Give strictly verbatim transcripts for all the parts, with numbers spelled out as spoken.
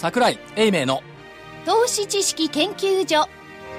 桜井英明の投資知識研究所。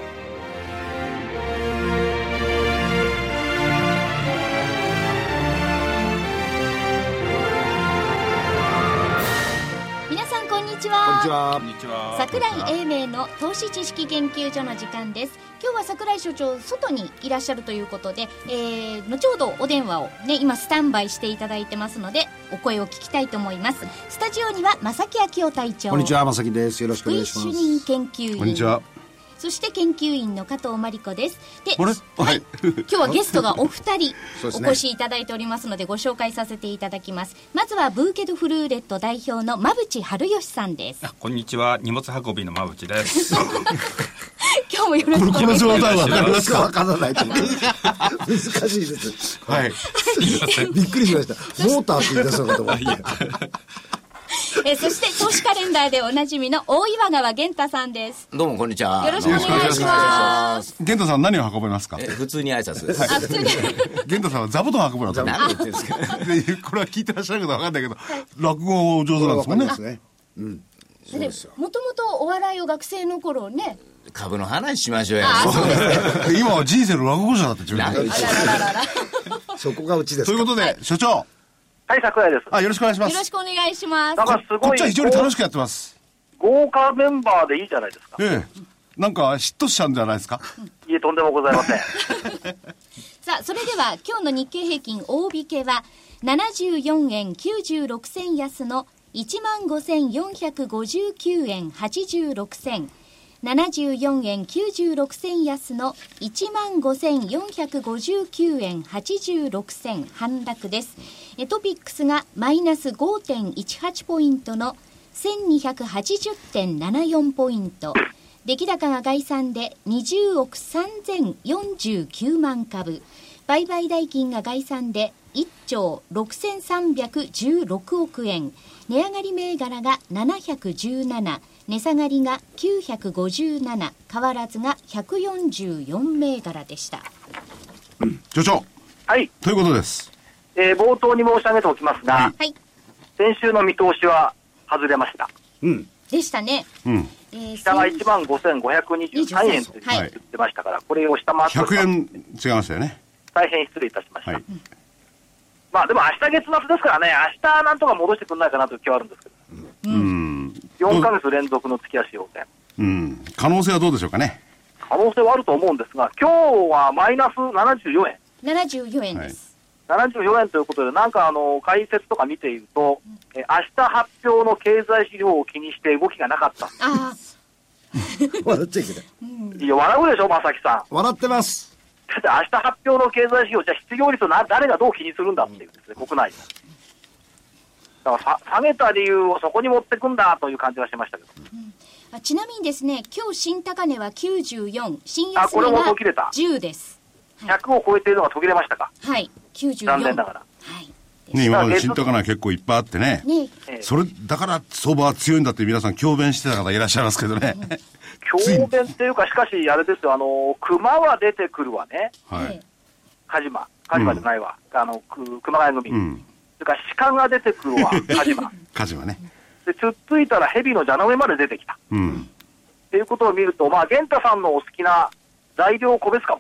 皆さんこんにちは。 こんにちは。 桜井英明の投資知識研究所の時間です。今日は桜井所長外にいらっしゃるということで、えー、後ほどお電話をね今スタンバイしていただいてますのでお声を聞きたいと思います。スタジオには正木昭夫隊長、 こんにちは、正木です。よろしくお願いします。 福井主任研究員、 こんにちは。 そして研究員の加藤真理子です。で、 あれ、 はい、今日はゲストがお二人そうですねお越しいただいておりますのでご紹介させていただきます。まずはブーケドフルーレット代表の馬淵春吉さんです。 あ、こんにちは、荷物運びの馬淵です今日もよろしくお願いします。 この状態は分かりますか？分からないと思う難しいです。はいびっくりしました。モーターって言い出そうかと思ってえそして投資カレンダーでおなじみの大岩川源太さんです。 どうもこんにちは。 よろしくお願いします。 玄太さん何を運べますか？ え普通に挨拶です。 あ普通に玄太さんは座布団運ぶのかな。 何言ってるんですか。 でこれは聞いてらっしゃるか分かんないけど、落語上手なんですもんね。 でもともとお笑いを学生の頃ね。 株の話しましょうよ。 今は人生の落語者だって自分で。 あららららそこがうちです。ということで、はい、所長。 はい、桜井です。 あ、よろしくお願いします。 よろしくお願いします。 なんかすごい、 こっちは非常に楽しくやってます。 豪華メンバーでいいじゃないですか。 ええ。なんか嫉妬しちゃうんじゃないですか。 いえ、とんでもございません。 さあ、それでは今日の日経平均大引けはななじゅうよんえんきゅうじゅうろくせん安の いちまんごせんよんひゃくごじゅうきゅうえんはちじゅうろくせん、ななじゅうよんえんきゅうじゅうろくせん安の いちまんごせんよんひゃくごじゅうきゅうえんはちじゅうろくせん反落です。トピックスがマイナス ごてんいちはち ポイントの せんにひゃくはちじゅってんななよん ポイント、出来高が概算でにじゅうおくさんぜんよんじゅうきゅうまん株、売買代金が概算でいっちょうろくせんさんびゃくじゅうろくおくえん、値上がり銘柄がななひゃくじゅうなな、値下がりがきゅうひゃくごじゅうなな、変わらずがひゃくよんじゅうよん銘柄でした。 うん、所長。はい。ということです。 えー、冒頭に申し上げておきますが、 はい、 先週の見通しは外れました。 うん。 でしたね。 うん。 えー、 下が いちまんごせんごひゃくにじゅうさんえんと言ってましたから、はい、これを下回ってひゃくえん違いましたよね。 大変失礼いたしました。はい、 うん、 まあでも明日月末ですからね、明日なんとか戻してくれないかなという気はあるんですけど。 うん。うん、 よんかげつ連続の月足要請。 うん。可能性はどうでしょうかね。 可能性はあると思うんですが、今日はマイナスななじゅうよえん。 ななじゅうよえんです。 はい、ななじゅうよえんということで、なんかあの解説とか見ていると、うん、え明日発表の経済指標を気にして動きがなかった。ああ。 笑っちゃいけない。 うん、いや、笑うでしょ、正木さん。 笑ってます。 だって明日発表の経済指標、じゃあ失業率をな誰がどう気にするんだっていうですね、国内の。だから下げた理由をそこに持ってくんだという感じがしましたけど。 うん、あちなみにですね、今日新高値はきゅうじゅうよん、新安値がじゅうです。 ひゃくを超えているのが途切れましたか。 はい、きゅうじゅうよん。 残念ながら。 はい。 ね、今まで新高値は結構いっぱいあってね。 ね、 それだから相場は強いんだって皆さん強弁してた方いらっしゃいますけどね。 強弁っていうか、しかしあれですよ、あの熊は出てくるわね。 はい。 鹿島、鹿島じゃないわ、うん、あの熊谷組。うん、それから鹿が出てくるわ、鹿島。 鹿島ね。 で、つっついたら蛇の蛇の上まで出てきた。うん。っていうことを見ると、まあ源太さんのお好きな材料個別かも。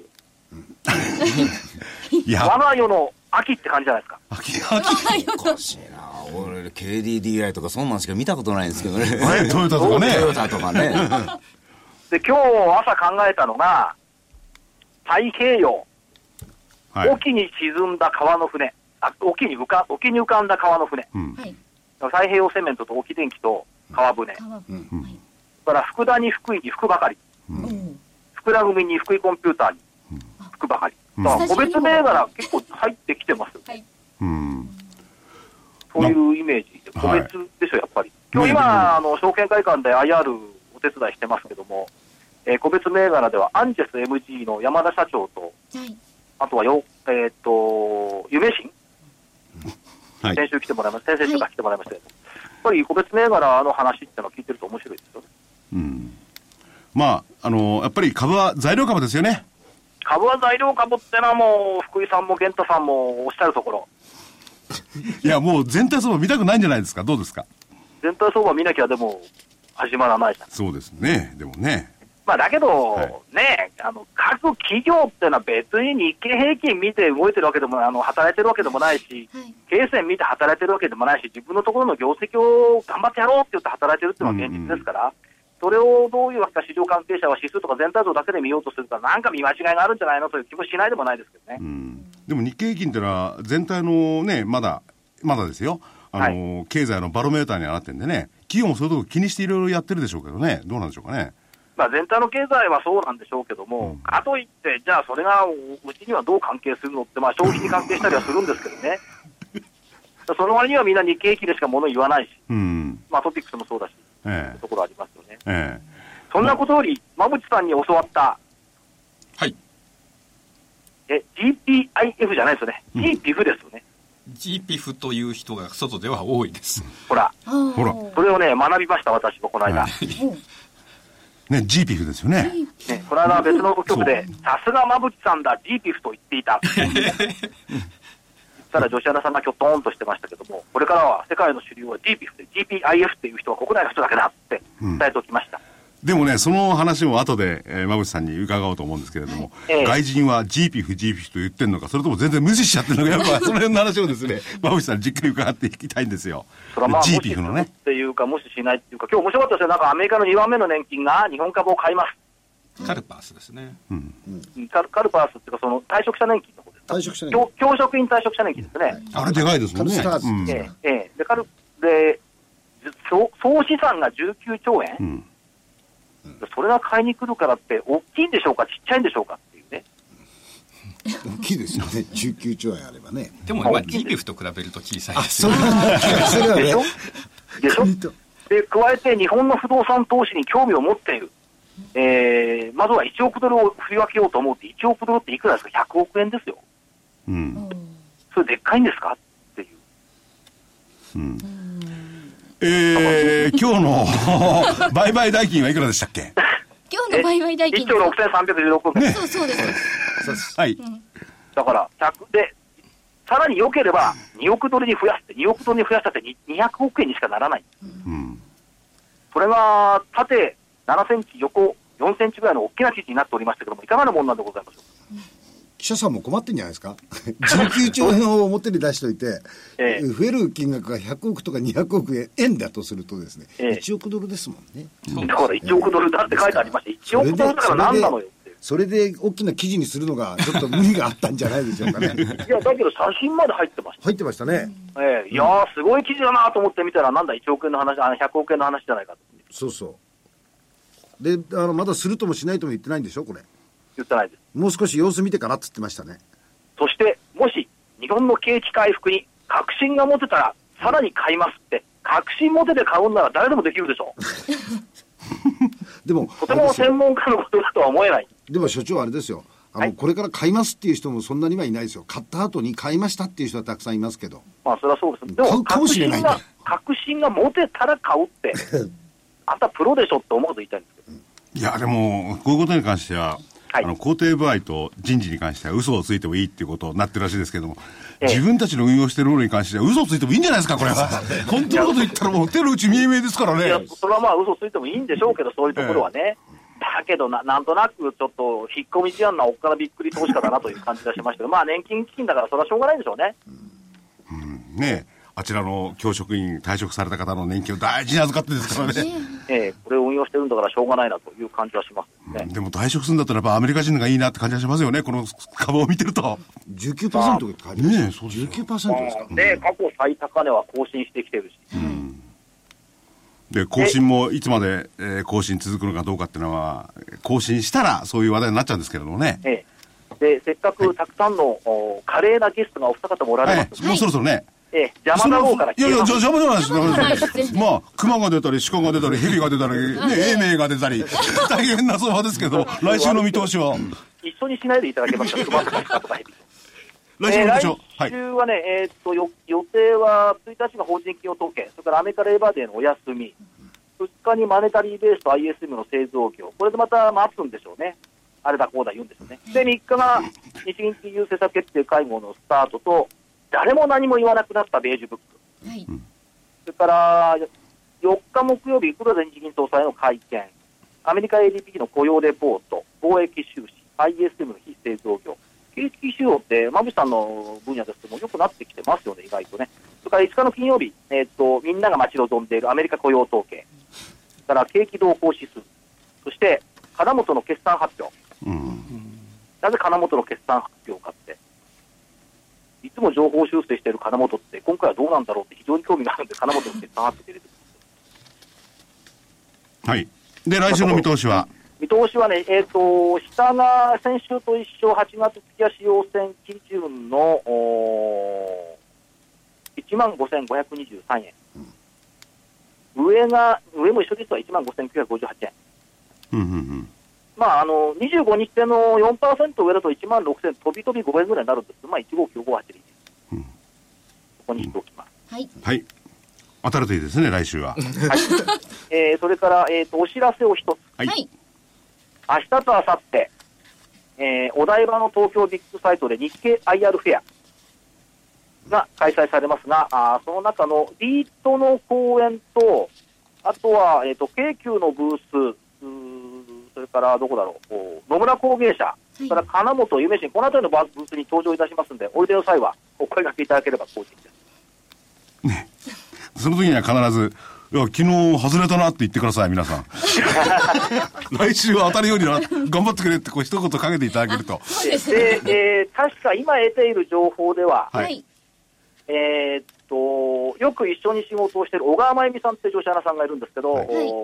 いや、我が世の秋って感じじゃないですか。 秋、秋。おかしいな。俺 ケーディーディーアイ とかそんなんしか見たことないんですけどね。 トヨタとかね。 トヨタとかね。 で、今日朝考えたのが、太平洋、はい、沖に沈んだ川の船、あ沖に浮か沖に浮かんだ川の船、うん、太平洋セメントと沖電機と川船、うん、それから福田に福井に福ばかり、うん、福田組に福井コンピューターに福ばかり、うん、だから個別銘柄結構入ってきてますよ、はい、うん、そういうイメージで個別でしょ、やっぱり。今日今あの証券会館で アイアール お手伝いしてますけども、えー、個別銘柄ではアンジェス エムジー の山田社長と、はい、あとはよ、えー、っと夢新、はい、先週来てもらいました、先々週から来てもらいましたけど、はい、やっぱり個別銘柄の話っていうのを聞いてると面白いですよね。 うん、まああのやっぱり株は材料株ですよね。 株は材料株ってのはもう福井さんも源太さんもおっしゃるところ。 いやもう全体相場見たくないんじゃないですか。どうですか。 全体相場見なきゃでも始まらないじゃん。 そうですね。でもね。 まあだけど、 はい、 ね、あの、各企業っていうのは別に日経平均見て動いてるわけでも、あの、働いてるわけでもないし、はい、経営線見て働いてるわけでもないし、自分のところの業績を頑張ってやろうって言って働いてるっていうのは現実ですから、うんうん、それをどういうわけか市場関係者は指数とか全体像だけで見ようとするから、なんか見間違いがあるんじゃないのという気もしないでもないですけどね。 うん、でも日経平均ってのは全体のね、まだ、まだですよ。あの、はい、経済のバロメーターにはなってるんでね、企業もそういうとこ気にしていろいろやってるでしょうけどね、どうなんでしょうかね。 まあ、全体の経済はそうなんでしょうけども、うん、かといって、じゃあそれがうちにはどう関係するのって、まあ、消費に関係したりはするんですけどね、その割にはみんな日経平均でしか物言わないし、うん、まあ、トピックスもそうだし、ええ、ところありますよね。ええ、そんなことより、馬淵さんに教わった、 はい、 え ジーピーアイエフ じゃないですよね、うん、ジーピーエフ ですよね。 ジーピーエフ という人が外では多いです。 ほら、 ほら、 それをね、学びました、私もこの間。はいね、ジーピーエフ ですよね。 ね、この間別の局で、さすが馬淵さんだ、ジーピーエフ と言っていた。言ったら女子アナさんがきょとーんとしてましたけども、これからは世界の主流は ジーピーエフ で、ジーピーアイエフ っていう人は国内の人だけだって伝えておきました。うん、 でもね、その話も後で、えー、馬淵さんに伺おうと思うんですけれども、えー、外人は ジーピーエフ、ジーピーエフ と言ってるのか、それとも全然無視しちゃってるのか、やっぱその辺の話をですね、馬淵さんにじっくり伺っていきたいんですよ。 それはまあ、ジーピーエフ のね。っていうか、無視しないっていうか、今日面白かったですよ。なんかアメリカのにばんめの年金が日本株を買います。 カルパースですね。 うんうん、カル、カルパースっていうか、その退職者年金の方ですか。 退職者年金。 教職員退職者年金ですね。はい、 あれでかいですもんね。 うん、ええ、ええ、で、カル、で、総資産がじゅうきゅうちょうえん。うんそれが買いに来るからって大きいんでしょうかちっちゃいんでしょうかっていうね。 大きいですよね。じゅうきゅうちょうえんあればね。 でも今 ジーピーエフ と比べると小さいですよね。それはね。でしょでしょで加えて日本の不動産投資に興味を持っている、えー、まずはいちおくドルを振り分けようと思うっていちおくドルっていくらですかひゃくおくえんですよ。うん。それでっかいんですかっていう。うんえー、今日の売買代金はいくらでしたっけ？ 今日の売買代金いっちょうろくせんさんびゃくじゅうろくおくえん、ね、 そうそうですそうです、はい、うん、 だからひゃくでさらに良ければにおくドルに増やしてにおくドルに増やしたってにひゃくおくえんにしかならない、うん、それが縦ななセンチ横よんセンチぐらいの大きな記事になっておりましたけどもいかがなものなんでございましょうか。 記者さんも困ってんじゃないですかじゅうきゅうちょうえんを表に出しておいて、ええ、増える金額がひゃくおくとかにひゃくおくえんだとするとですね、ええ、いちおくドルですもんね。 だからいちおくドルだって書いてありました、ええ、いちおくドルだから何なのよってそれで大きな記事にするのがちょっと無理があったんじゃないでしょうかねいやだけど写真まで入ってました入ってましたね、 ええ、いやーすごい記事だなと思って見たらなんだいちおくえんの話あのひゃくおくえんの話じゃないかと。 そうそうであのまだするともしないとも言ってないんでしょこれ。 言ってないです。 もう少し様子見てからって言ってましたね。 そしてもし日本の景気回復に確信が持てたらさらに買いますって確信持てて買うんなら誰でもできるでしょでもとても専門家のことだとは思えない。 でも所長あれですよあの、はい、これから買いますっていう人もそんなにはいないですよ。買った後に買いましたっていう人はたくさんいますけどまあそれはそうです。でも買うかもしれないんだ。 確信が持てたら買うってあんたプロでしょって思うと言いたいんですけど。 いやでもこういうことに関してははい、あの公定部合と人事に関しては嘘をついてもいいっていうことになってるらしいですけども、ええ、自分たちの運用してるものに関しては嘘をついてもいいんじゃないですかこれは本当のこと言ったらもう手の内見え見えですからね。いやそれはまあ嘘ついてもいいんでしょうけどそういうところはね、ええ、だけど な, なんとなくちょっと引っ込み思案なおっかなびっくり投資家だなという感じがしましたけどまあ年金基金だからそれはしょうがないんでしょうね、 うん、ねえあちらの教職員退職された方の年金を大事に預かってですからねええ、これを運用してるんだからしょうがないなという感じはしますね、 うん、でも退職するんだったらやっぱアメリカ人がいいなって感じがしますよねこの株を見てるとじゅうきゅうパーセント って書いてますね。そう じゅうきゅうパーセント ですか、 ね、うん、過去最高値は更新してきてるし、うん、 で更新もいつまで、えー、更新続くのかどうかっていうのは更新したらそういう話題になっちゃうんですけれどもね、 ええ、でせっかくたくさんの、はい、華麗なゲストがお二方もおられます、 はい、もうそろそろね、 ええ、邪魔だろうからいやいや邪魔じゃないですまあ熊が出たり鹿が出たり蛇が出たり、ね、永明が出たり大変な相場ですけど来週の見通しは一緒にしないでいただけますか熊とか鹿とか蛇来週の見通しは、 えー、来週はね、はい、えー、っとよ予定はついたちが法人企業統計それからアメリカレーバーデーのお休みふつかにマネタリーベースと アイエスエム の製造業これでまた待つんでしょうねあれだこうだ言うんですよねでみっかが日銀金融政策決定会合のスタートと誰も何も言わなくなったベージュブック、はい、それからよっか木曜日、黒田日銀総裁の会見、アメリカ エーディーピー の雇用レポート、貿易収支、アイエスエム の非製造業、景気指標って、馬渕さんの分野ですともよくなってきてますよね、意外とね。それからいつかの金曜日、えー、とみんなが待ち望んでいるアメリカ雇用統計、それから景気動向指数、そして金本の決算発表、うん、なぜ金本の決算発表かって、いつも情報修正している金本って、今回はどうなんだろうって非常に興味があるんで、金本の決算発表で出てくる。 はい。で、来週の見通しは見通しはね、えーと、下が先週と一緒、はちがつ月足要線基準のいちまんごせんごひゃくにじゅうさんえん、うん、上が、上も一緒ですわ、いちまんごせんきゅうひゃくごじゅうはちえん。うんうんうん、まあ、あの、にじゅうごにち線の よんパーセント 上だといちまんろくせん飛び飛びごえんぐらいになるんですけど、まあ、いちごきゅうごはちです。うん、ここにしておきます。 はい。 はい。当たるといいですね、来週は。はい。 えー、それから、えーと、お知らせを一つ。 はい。 明日と明後日、えー、お台場の東京ビッグサイトで日経 アイアール フェアが開催されますが、あその中のリートの講演と、あとは、えーと、京急のブース、それからどこだろう、野村工芸社、はい、それから金本夢新、この辺りのブースに登場いたしますので、おいでの際はお声掛けいただければ好意的です。 ね、その時には必ず、いや、昨日外れたなって言ってください、皆さん。来週は当たるようにな、頑張ってくれってこう一言かけていただけると。 で、えー、確か今得ている情報では、 はい、 えー、っと、よく一緒に仕事をしている小川真由美さんって女子アナさんがいるんですけど、はい、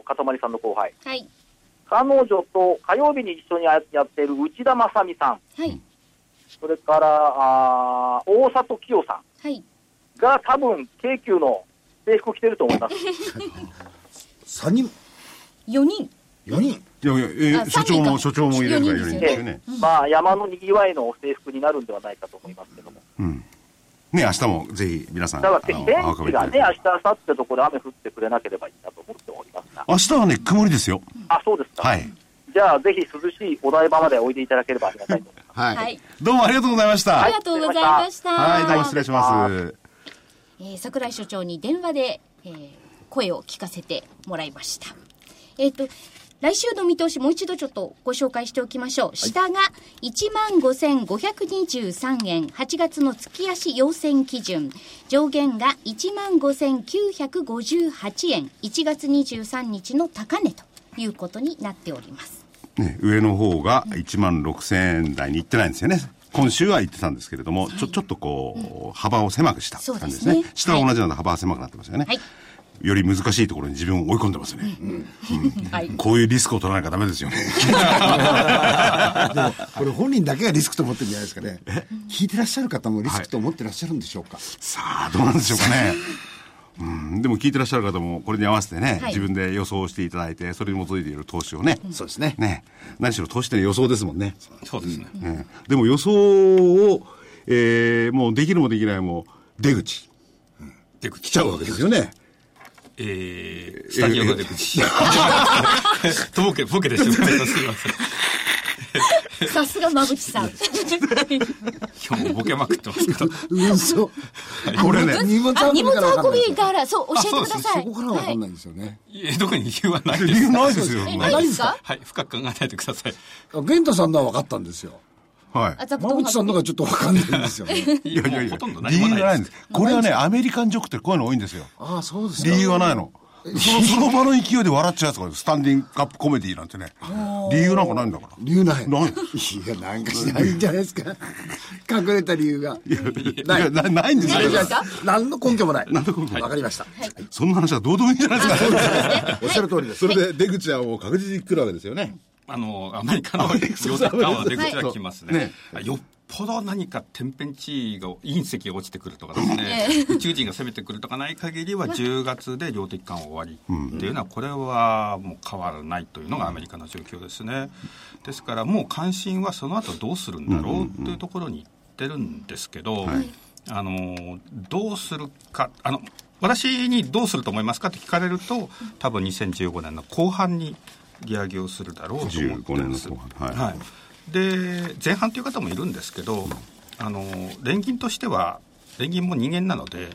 かたまりさんの後輩。 はい、 彼女と火曜日に一緒にやっている内田正美さん。 はい、 それから、あ大里清さん。 はい、 が多分、京急の制服着てると思います。 さんにん ? よにん。 よにんいやいや、えー、所長も、所長も入れるからよにんですよね。 えー、まあ、山のにぎわいの制服になるんではないかと思いますけども。 うん。ね、明日もぜひ皆さん。 だから、天気がね、明日、明後日ところ雨降ってくれなければいいなと思っておりますが。 明日はね、曇りですよ。 あ、そうですか。 はい。 じゃあ、ぜひ涼しいお台場までおいでいただければありがたいと思います。 はい。はい、どうもありがとうございました。 ありがとうございました。 はい、どうも失礼します。 えー、櫻井所長に電話で、えー、声を聞かせてもらいました。えっと、来週の見通しもう一度ちょっとご紹介しておきましょう。下が いちまんごせんごひゃくにじゅうさんえん、はちがつの月足要線基準。上限が いちまんごせんきゅうひゃくごじゅうはちえん、いちがつにじゅうさんにちの高値ということになっております。 ね、上の方がいちまんろくせんえん台に行ってないんですよね。今週は言ってたんですけれども、はい、ちょ、ちょっとこう、うん、幅を狭くした感じですね。すね、下は同じような幅が狭くなってますよね。はい、より難しいところに自分を追い込んでますね。うんうんはい、こういうリスクを取らなきゃダメですよね。 でも、これ本人だけがリスクと思ってるんじゃないですかね。聞いてらっしゃる方もリスクと思ってらっしゃるんでしょうか。はい、 さあ、どうなんでしょうかね。うん、でも聞いてらっしゃる方もこれに合わせてね、はい、自分で予想していただいて、それに基づいている投資をね、 うん、そうですね。 ね、何しろ投資って予想ですもんね。 そうですね。 うんね、でも予想を、えー、もうできるもできないも出口、うん、出口来ちゃうわけですよね。 えー、スタジオの出口。えー、とぼけぼけてしまいました。すみません。 さすが馬淵さん。 今日もボケまくってますけど。 うん、そう。 これね、 荷物運びから、そう、教えてください。 そこからはわかんないんですよね。 いや、特に理由はないです。 理由ないですよ。 ないですか？ はい、深く考えないでください。 玄太さんのは分かったんですよ。 はい。 馬淵さんのがちょっと分かんないんですよね。 いやいやいや、理由がないんです。これはね、アメリカンジョークってこういうの多いんですよ。 ああ、そうですか。 理由はないの。その、その場の勢いで笑っちゃうやつがスタンディングアップコメディなんてね。理由なんかないんだから。 理由ない。 ない。いや、なんかしないんじゃないですか。隠れた理由が。 いや、ない。な, ないんですよ。 何の根拠もない。 何の根拠もない。 わかりました。 はい、そんな話はどうでもいいんじゃないですか。そうですね。おっしゃる通りです。 それで出口はもう確実に来るわけですよね。 あの、アメリカの予測緩和の出口は来ますね。ね、よっぽど何か天変地異が、隕石が落ちてくるとかですね、宇宙人が攻めてくるとかない限りはじゅうがつで量的緩和終わりっていうのは、これはもう変わらないというのがアメリカの状況ですね。ですからもう関心はその後どうするんだろうというところにいってるんですけど、あの、どうするか、あの、私にどうすると思いますかって聞かれると、多分にせんじゅうごねんの後半に利上げをするだろうと思ってます。じゅうごねんの後半。はい。はい、で、前半という方もいるんですけど、あの、連銀としては、連銀も人間なので、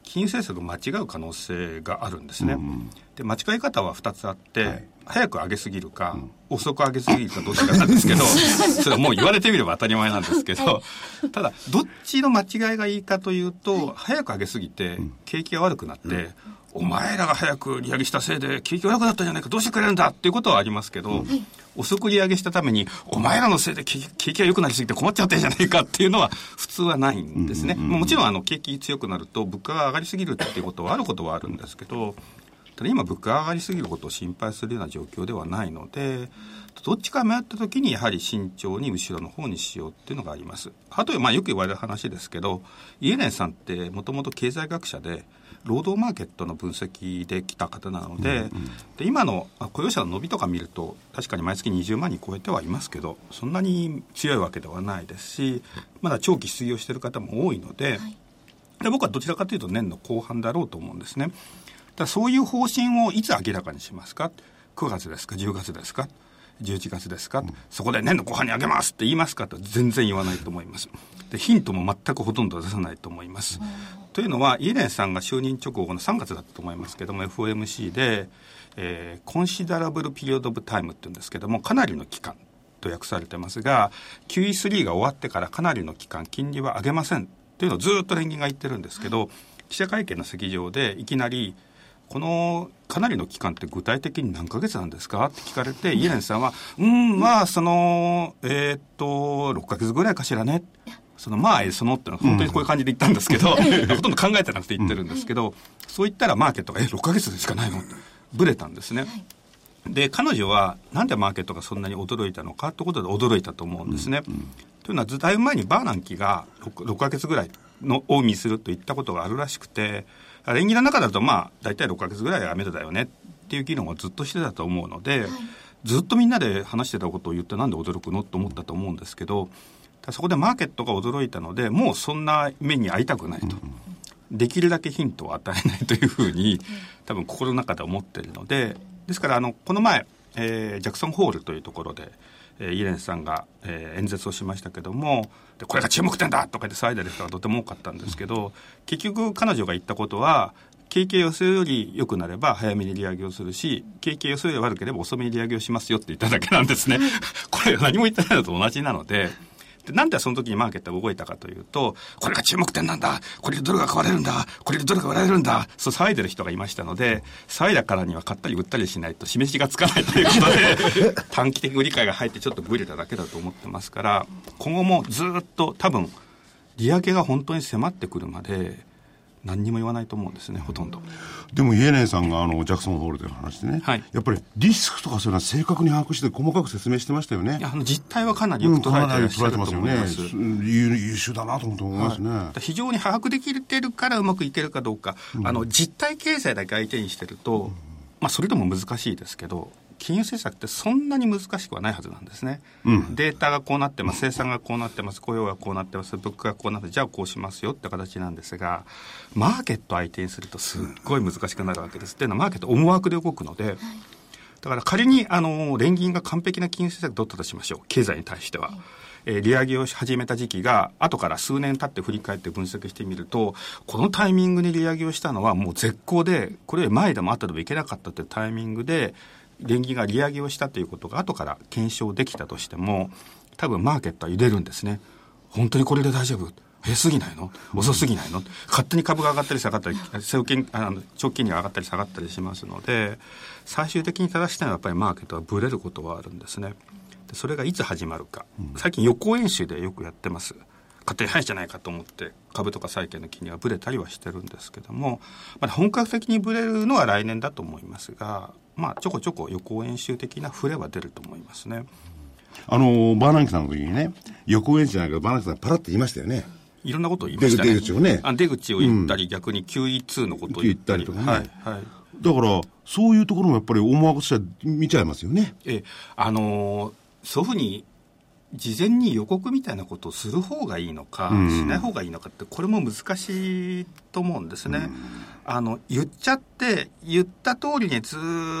金融政策を間違う可能性があるんですね、うん、で間違い方はふたつあって、はい、早く上げすぎるか、うん、遅く上げすぎるかどっちかなんですけどそれはもう言われてみれば当たり前なんですけどただどっちの間違いがいいかというと、はい、早く上げすぎて景気が悪くなって、うんお前らが早く利上げしたせいで景気悪くなったんじゃないかどうしてくれるんだっていうことはありますけど、うん、遅く利上げしたためにお前らのせいで景気が良くなりすぎて困っちゃってんじゃないかっていうのは普通はないんですね、うんうんうん、もちろんあの景気強くなると物価が上がりすぎるっていうことはあることはあるんですけどただ今物価が上がりすぎることを心配するような状況ではないのでどっちか迷った時にやはり慎重に後ろの方にしようっていうのがあります。あとまあよく言われる話ですけどイエレンさんってもともと経済学者で労働マーケットの分析で来た方なので、うんうん、で今の雇用者の伸びとか見ると確かに毎月にじゅうまんにん超えてはいますけどそんなに強いわけではないですしまだ長期失業している方も多いので、はい、で僕はどちらかというと年の後半だろうと思うんですね。だそういう方針をいつ明らかにしますかくがつですかじゅうがつですかじゅういちがつですか、うん、そこで年の後半に上げますって言いますかと全然言わないと思います。でヒントも全くほとんど出さないと思います、うん、というのはイエレンさんが就任直後のさんがつだったと思いますけども エフオーエムシー で、えー、コンシダラブルピリオドオブタイムって言うんですけどもかなりの期間と訳されてますが キューイースリー が終わってからかなりの期間金利は上げませんというのをずっと連銀が言ってるんですけど、はい、記者会見の席上でいきなりこのかなりの期間って具体的に何ヶ月なんですかって聞かれてイエレンさんはうんまあそのえー、っとろっかげつぐらいかしらねそのまあそのってのは本当にこういう感じで言ったんですけど、うん、ほとんど考えてなくて言ってるんですけど、うん、そう言ったらマーケットがえろっかげつでしかないのブレたんですね、はい、で彼女はなんでマーケットがそんなに驚いたのかということで驚いたと思うんですね、うんうん、というのはだいぶ前にバーナンキが 6, ろっかげつぐらいのを意味すると言ったことがあるらしくて連銀の中だとまあ大体ろっかげつぐらいが目処だよねっていう議論をずっとしてたと思うので、はい、ずっとみんなで話してたことを言ってなんで驚くのと思ったと思うんですけどそこでマーケットが驚いたのでもうそんな目に遭いたくないと、うん、できるだけヒントを与えないというふうに多分心の中で思っているのでですからあのこの前、えー、ジャクソンホールというところでえー、イエレンさんが、えー、演説をしましたけどもでこれが注目点だとか言って騒いでる人がとても多かったんですけど結局彼女が言ったことは景気予想より良くなれば早めに利上げをするし景気予想より悪ければ遅めに利上げをしますよって言っただけなんですねこれ何も言ってないのと同じなのででなんでその時にマーケットが動いたかというとこれが注目点なんだこれでドルが買われるんだこれでドルが売られるんだそう騒いでる人がいましたので騒いだからには買ったり売ったりしないと示しがつかないということで短期的売り買いが入ってちょっとブレただけだと思ってますから今後もずっと多分利上げが本当に迫ってくるまで何にも言わないと思うんですねほとんど。 でもイエレンさんがあのジャクソンホールでの話でね、はい、やっぱりリスクとかそういうのは正確に把握して細かく説明してましたよね。 いやあの実態はかなりよく捉えていらっしゃると思います、 うん、優, 優秀だなと思いますね、 はい、非常に把握できてるからうまくいけるかどうか、うん、あの実体経済だけ相手にしてると、うんまあ、それでも難しいですけど金融政策ってそんなに難しくはないはずなんですね、うん、データがこうなってます生産がこうなってます雇用がこうなってます物価がこうなってじゃあこうしますよって形なんですがマーケット相手にするとすっごい難しくなるわけです。っていうのはマーケット思惑で動くので、はい、だから仮にあの連銀が完璧な金融政策を取ったとしましょう経済に対しては、はいえー、利上げを始めた時期が後から数年経って振り返って分析してみるとこのタイミングに利上げをしたのはもう絶好でこれより前でも後でもいけなかったというタイミングで連銀が利上げをしたということが後から検証できたとしても多分マーケットは揺れるんですね。本当にこれで大丈夫早すぎないの遅すぎないの勝手に株が上がったり下がったり長期金利が上がったり下がったりしますので最終的に正したのはやっぱりマーケットはブレることはあるんですね。でそれがいつ始まるか、うん、最近予行演習でよくやってます。勝手に早いじゃないかと思って株とか債券の金利がブレたりはしてるんですけども、まだ本格的にブレるのは来年だと思いますがまあ、ちょこちょこ予行演習的な触れは出ると思いますね。 あのバーナンキさんの時にね予行演習じゃないけどバーナンキさんパラッと言いましたよね。 いろんなことを言いましたね。 出口をねあ出口を言ったり、うん、逆に キューイーツー のことを言ったり言ったりとかね、はいはい、だからそういうところもやっぱり思惑としては見ちゃいますよね。 えあのー、そういうふうに事前に予告みたいなことをする方がいいのか、うん、しない方がいいのかってこれも難しいと思うんですね、うん、あの言っちゃって言った通りにずっと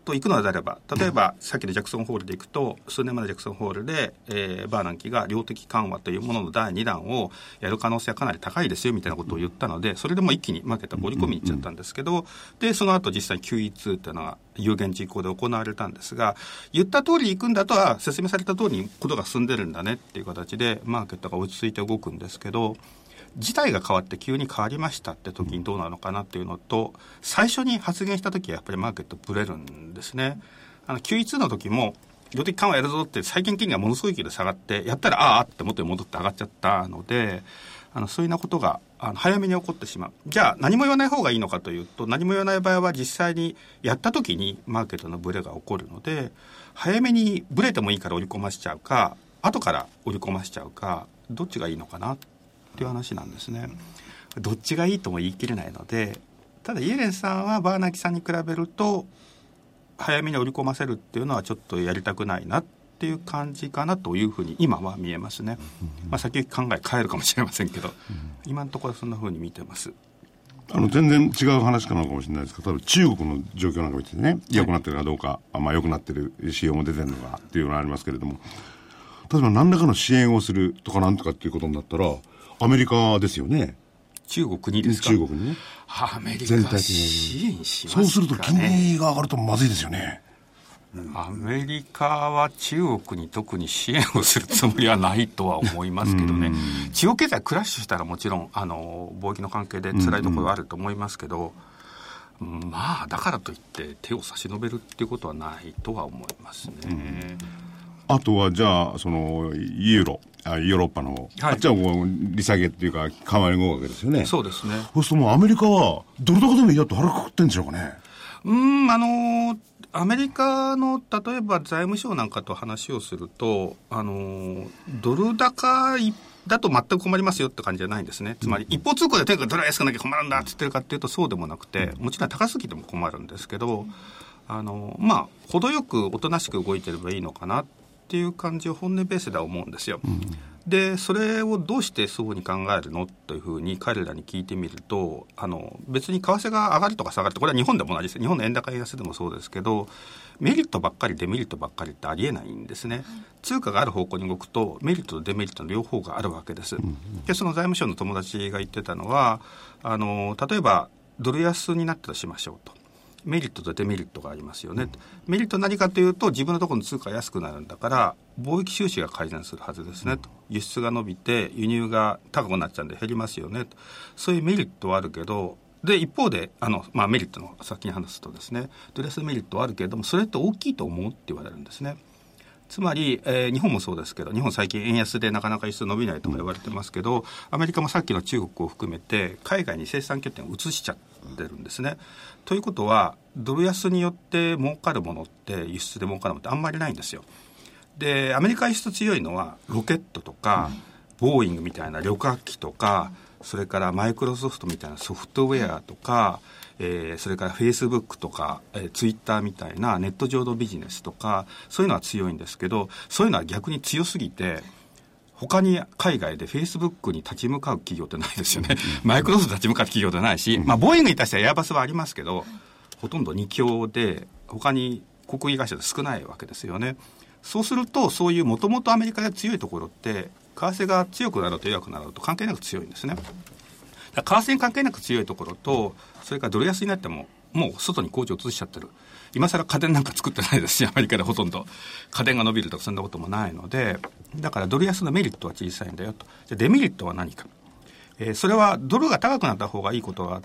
と行くのであれば、例えばさっきのジャクソンホールで行くと、数年前のジャクソンホールで、えー、バーナンキが量的緩和というもののだいに弾をやる可能性はかなり高いですよみたいなことを言ったので、それでも一気にマーケットは織り込みに行っちゃったんですけど、でその後実際に キューイーツー というのが有言実行で行われたんですが、言った通り行くんだとは説明された通りにことが進んでるんだねっていう形でマーケットが落ち着いて動くんですけど、事態が変わって急に変わりましたって時にどうなのかなっていうのと、最初に発言した時はやっぱりマーケットブレるんですね。あの キューイーツー の時も量的緩和やるぞって債券金利がものすごい勢いで下がって、やったらああって元に戻って上がっちゃったので、あのそういうようなことがあの早めに起こってしまう。じゃあ何も言わない方がいいのかというと、何も言わない場合は実際にやった時にマーケットのブレが起こるので、早めにブレてもいいから織り込ましちゃうか、後から織り込ましちゃうか、どっちがいいのかなっていう話なんですね。どっちがいいとも言い切れないので、ただイエレンさんはバーナキさんに比べると早めに織り込ませるっていうのはちょっとやりたくないなっていう感じかなというふうに今は見えますね。まあ、先考え変えるかもしれませんけど、今のところそんなふうに見てます。 あの全然違う話かなのかもしれないですけど、例えば中国の状況なんか見てね、良くなってるかどうか、あまあ良くなってる仕様も出てるのかっていうのがありますけれども、例えば何らかの支援をするとかなんとかっていうことになったらアメリカですよね。 中国にですか。 中国にね。 アメリカが支援しますかね。 そうすると金利が上がるとまずいですよね。 うん、アメリカは中国に特に支援をするつもりはないとは思いますけどね。中国経済クラッシュしたらもちろんあの貿易の関係で辛いところはあると思いますけど、うんうん、まあだからといって手を差し伸べるっていうことはないとは思いますね。うん、 あとはじゃあそのユーロあヨーロッパの方、はい、あっちはもう利下げっていうか緩和に動くわけですよね。 そうですね。 そうするともうアメリカはドル高でもいいやと腹くくってんでしょうかね。 うーんあのー、アメリカの例えば財務省なんかと話をすると、あのー、ドル高だと全く困りますよって感じじゃないんですね。つまり一方通行でとにかくドル安くなきゃ困るんだって言ってるかっていうとそうでもなくて、もちろん高すぎても困るんですけど、あのー、まあ程よくおとなしく動いてればいいのかなっていう感じを本音ベースでは思うんですよ。うん、でそれをどうしてそうに考えるのというふうに彼らに聞いてみると、あの別に為替が上がるとか下がると、これは日本でも同じです。日本の円高円安でもそうですけど、メリットばっかりデメリットばっかりってありえないんですね。はい、通貨がある方向に動くとメリットとデメリットの両方があるわけです。うん、でその財務省の友達が言ってたのは、あの例えばドル安になったとしましょうと。メリットとデメリットがありますよね。うん、メリットは何かというと、自分のところの通貨が安くなるんだから貿易収支が改善するはずですね、うん、と輸出が伸びて輸入が高くなっちゃうんで減りますよねと、そういうメリットはあるけど、で一方であの、まあ、メリットの先に話すとですね、ドル安のメリットはあるけれども、それって大きいと思うって言われるんですね。つまり、えー、日本もそうですけど、日本最近円安でなかなか輸出伸びないとか言われてますけど、アメリカもさっきの中国を含めて海外に生産拠点を移しちゃってるんですね。ということはドル安によって儲かるものって輸出で儲かるものってあんまりないんですよ。でアメリカ輸出強いのはロケットとか、うん、ボーイングみたいな旅客機とか、それからマイクロソフトみたいなソフトウェアとか、えー、それからフェイスブックとか、えー、ツイッターみたいなネット上のビジネスとか、そういうのは強いんですけど、そういうのは逆に強すぎて他に海外でフェイスブックに立ち向かう企業ってないですよね。マイクロソフト立ち向かう企業ってないし、まあ、ボーイングに対してはエアバスはありますけど、ほとんどに強で他に国有会社で少ないわけですよね。そうするとそういうもともとアメリカが強いところって為替が強くなると弱くなると関係なく強いんですね。だから為替に関係なく強いところと、それからドル安になってももう外に工場移しちゃってる。今更家電なんか作ってないですし、アメリカでほとんど家電が伸びるとかそんなこともないので、だからドル安のメリットは小さいんだよと。じゃあデメリットは何か、えー、それはドルが高くなった方がいいことがあって、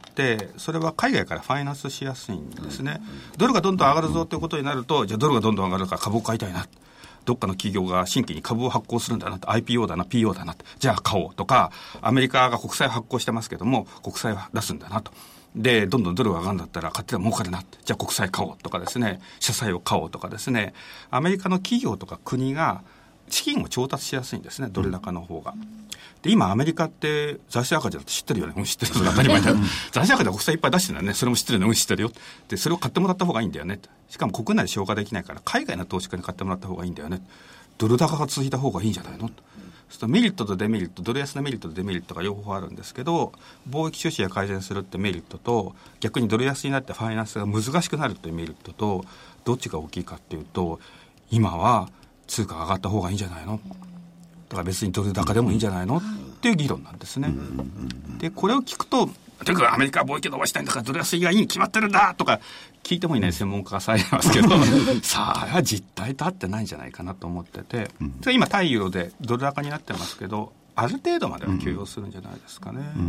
それは海外からファイナンスしやすいんですね。ドルがどんどん上がるぞということになると、じゃあドルがどんどん上がるから株を買いたいな、どっかの企業が新規に株を発行するんだなと、 アイピーオー だな ピーオー だなと、じゃあ買おうとか、アメリカが国債を発行してますけども国債を出すんだなと、でどんどんドルが上がるんだったら買ってたら儲かるなって、じゃあ国債買おうとかですね、社債を買おうとかですね、アメリカの企業とか国が資金を調達しやすいんですね、ドル高の方が。で今アメリカって財政赤字だって知ってるよね。うん、知ってる。それ当たり前だよ。財政赤字は国債いっぱい出してるんだよね。それも知ってるよね。うん、知ってるよ。でそれを買ってもらった方がいいんだよね。しかも国内で消化できないから海外の投資家に買ってもらった方がいいんだよね。ドル高が続いた方がいいんじゃないの。 そのメリットとデメリット、ドル安のメリットとデメリットが両方あるんですけど、貿易収支が改善するってメリットと、逆にドル安になってファイナンスが難しくなるっていうメリットと、どっちが大きいかっていうと、今は通貨が上がった方がいいんじゃないの、だから別にドル高でもいいんじゃないのっていう議論なんですね。でこれを聞くと、とにかくアメリカは貿易を伸ばしたいんだからドル安がいいに決まってるんだとか聞いてもいない専門家がされますけどさあ実態と合ってないんじゃないかなと思ってて、それ今対ユーロでドル高になってますけど、ある程度までは許容するんじゃないですかね。うんうんうん、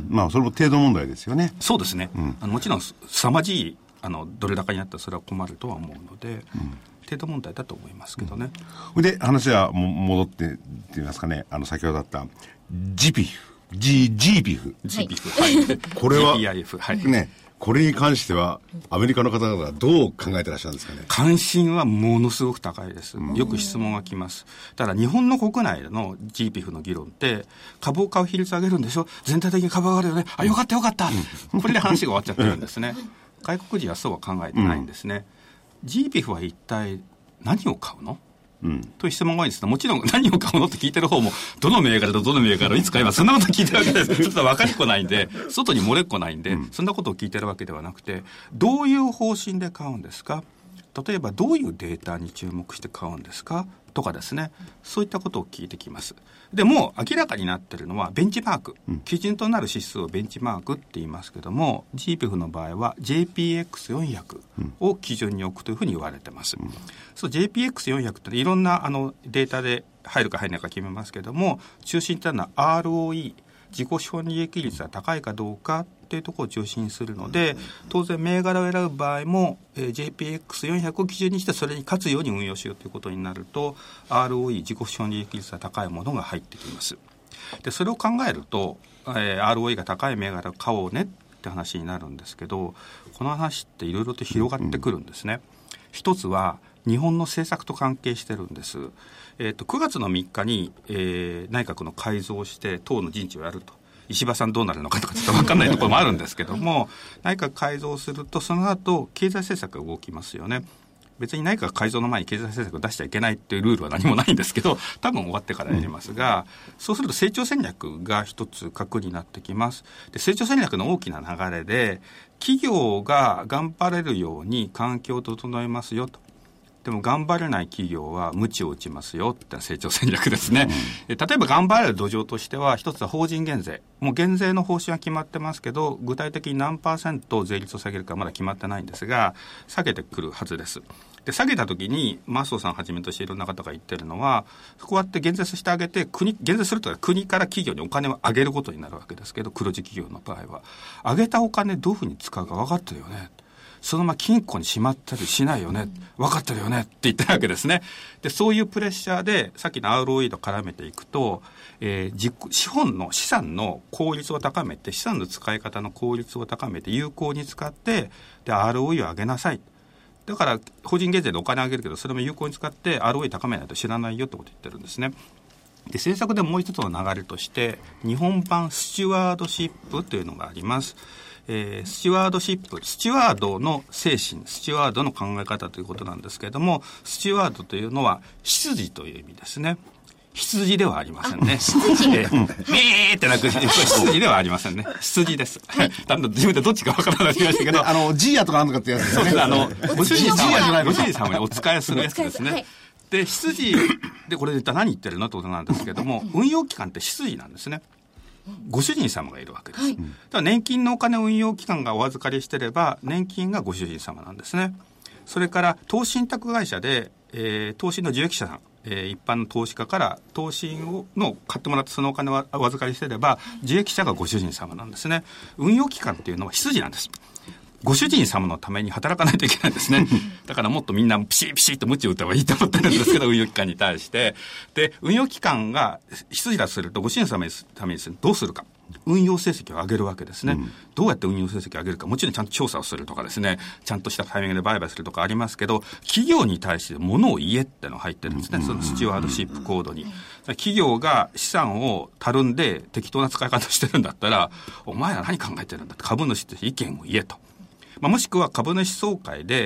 まあそれも程度問題ですよね。 そうですね、うん、あのもちろん凄まじいあのドル高になったらそれは困るとは思うので、うん、程度問題だと思いますけどね。 うん、で話はも戻ってって言いますかね、あの先ほどあったジピフG、ジーピフ。 ジーピフ。はい。 これは、 ジーピーアイエフ。はい。 ね、これに関しては、アメリカの方々はどう考えてらっしゃるんですかね。 関心はものすごく高いです。よく質問が来ます。ただ、日本の国内の ジーピフ の議論って、株を買う比率上げるんでしょ、全体的に株上がるよね。あ、よかったよかった。これで話が終わっちゃってるんですね。外国人はそうは考えてないんですね。うん、ジーピフ は一体何を買うの？うん、という質問が多いんですが、もちろん何を買うのって聞いてる方も、どの銘柄とどの銘柄をいつ買います、そんなこと聞いてるわけです。ちょっと分かりっこないんで、外に漏れっこないんで、うん、そんなことを聞いてるわけではなくて、どういう方針で買うんですか、例えばどういうデータに注目して買うんですかとかですね、そういったことを聞いてきます。でも明らかになっているのはベンチマーク、うん、基準となる指数をベンチマークって言いますけども、 ジーピフ の場合は ジェーピーエックスよんひゃく を基準に置くというふうに言われてます。うん、そう ジェーピーエックスよんひゃく っていろんなあのデータで入るか入らないか決めますけども、中心となるのは アールオーイー、 自己資本利益率が高いかどうかというところを中心にするので、当然銘柄を選ぶ場合も、えー、ジェーピーエックスよんひゃく を基準にしてそれに勝つように運用しようということになると アールオーイー 自己資本利益率が高いものが入ってきます。でそれを考えると、えー、アールオーイー が高い銘柄を買おうねって話になるんですけど、この話っていろいろと広がってくるんですね。一つは日本の政策と関係してるんです。えー、とくがつのみっかに、えー、内閣の改造をして党の人事をやると、石破さんどうなるのかとかちょっと分かんないところもあるんですけども内閣改造するとその後経済政策が動きますよね。別に内閣改造の前に経済政策を出しちゃいけないっていうルールは何もないんですけど、多分終わってからやりますが、そうすると成長戦略が一つ核になってきます。で成長戦略の大きな流れで企業が頑張れるように環境を整えますよと。でも頑張れない企業は鞭を打ちますよって成長戦略ですね。うん、例えば頑張れる土壌としては一つは法人減税、もう減税の方針は決まってますけど、具体的に何パーセント税率を下げるかまだ決まってないんですが、下げてくるはずです。で下げたときにマスオさんはじめとしていろんな方が言ってるのは、こうやって減税してあげて国減税すると国から企業にお金を上げることになるわけですけど、黒字企業の場合は上げたお金どういうふうに使うか分かってるよね、そのまま金庫にしまったりしないよね、分かってるよねって言ってるわけですね。でそういうプレッシャーでさっきの アールオーイー と絡めていくと、えー、実資本の資産の効率を高めて、資産の使い方の効率を高めて有効に使って、で アールオーイー を上げなさい、だから法人減税でお金上げるけどそれも有効に使って アールオーイー 高めないと知らないよってことを言ってるんですね。で政策でもう一つの流れとして日本版スチュワードシップというのがあります。えー、スチュワードシップ、スチュワードの精神、スチュワードの考え方ということなんですけれども、スチュワードというのは執事という意味ですね。羊ではありませんね。羊、えー、めーってなく羊ではありませんね。羊です。はい、だんだん自分でどっちかわからなくなりましたけど、 あのジーヤとかなんとかってやつですね。 そうです。あのご主人様ご主人様にお仕えするやつですね。で羊でこれ一体何言ってるのってことなんですけども、運用機関って執事なんですね。ご主人様がいるわけです。はい、だから年金のお金運用機関がお預かりしてれば年金がご主人様なんですね。それから投資信託会社で、えー、投資の受益者さん、えー、一般の投資家から投資をの買ってもらってそのお金をお預かりしてれば受益者がご主人様なんですね。運用機関っていうのは執事なんです。ご主人様のために働かないといけないんですね。だからもっとみんなピシッピシッと鞭を打てばいいと思ってるんですけど運用機関に対してで運用機関が執事だとするとご主人様のためにどうするか、運用成績を上げるわけですね。うん、どうやって運用成績を上げるか、もちろんちゃんと調査をするとかですね、ちゃんとしたタイミングで売買するとかありますけど、企業に対して物を言えってのが入ってるんですね。そのスチュワードシップコードに企業が資産をたるんで適当な使い方してるんだったら、お前ら何考えてるんだって株主として意見を言えと。まあ、もしくは株主総会で、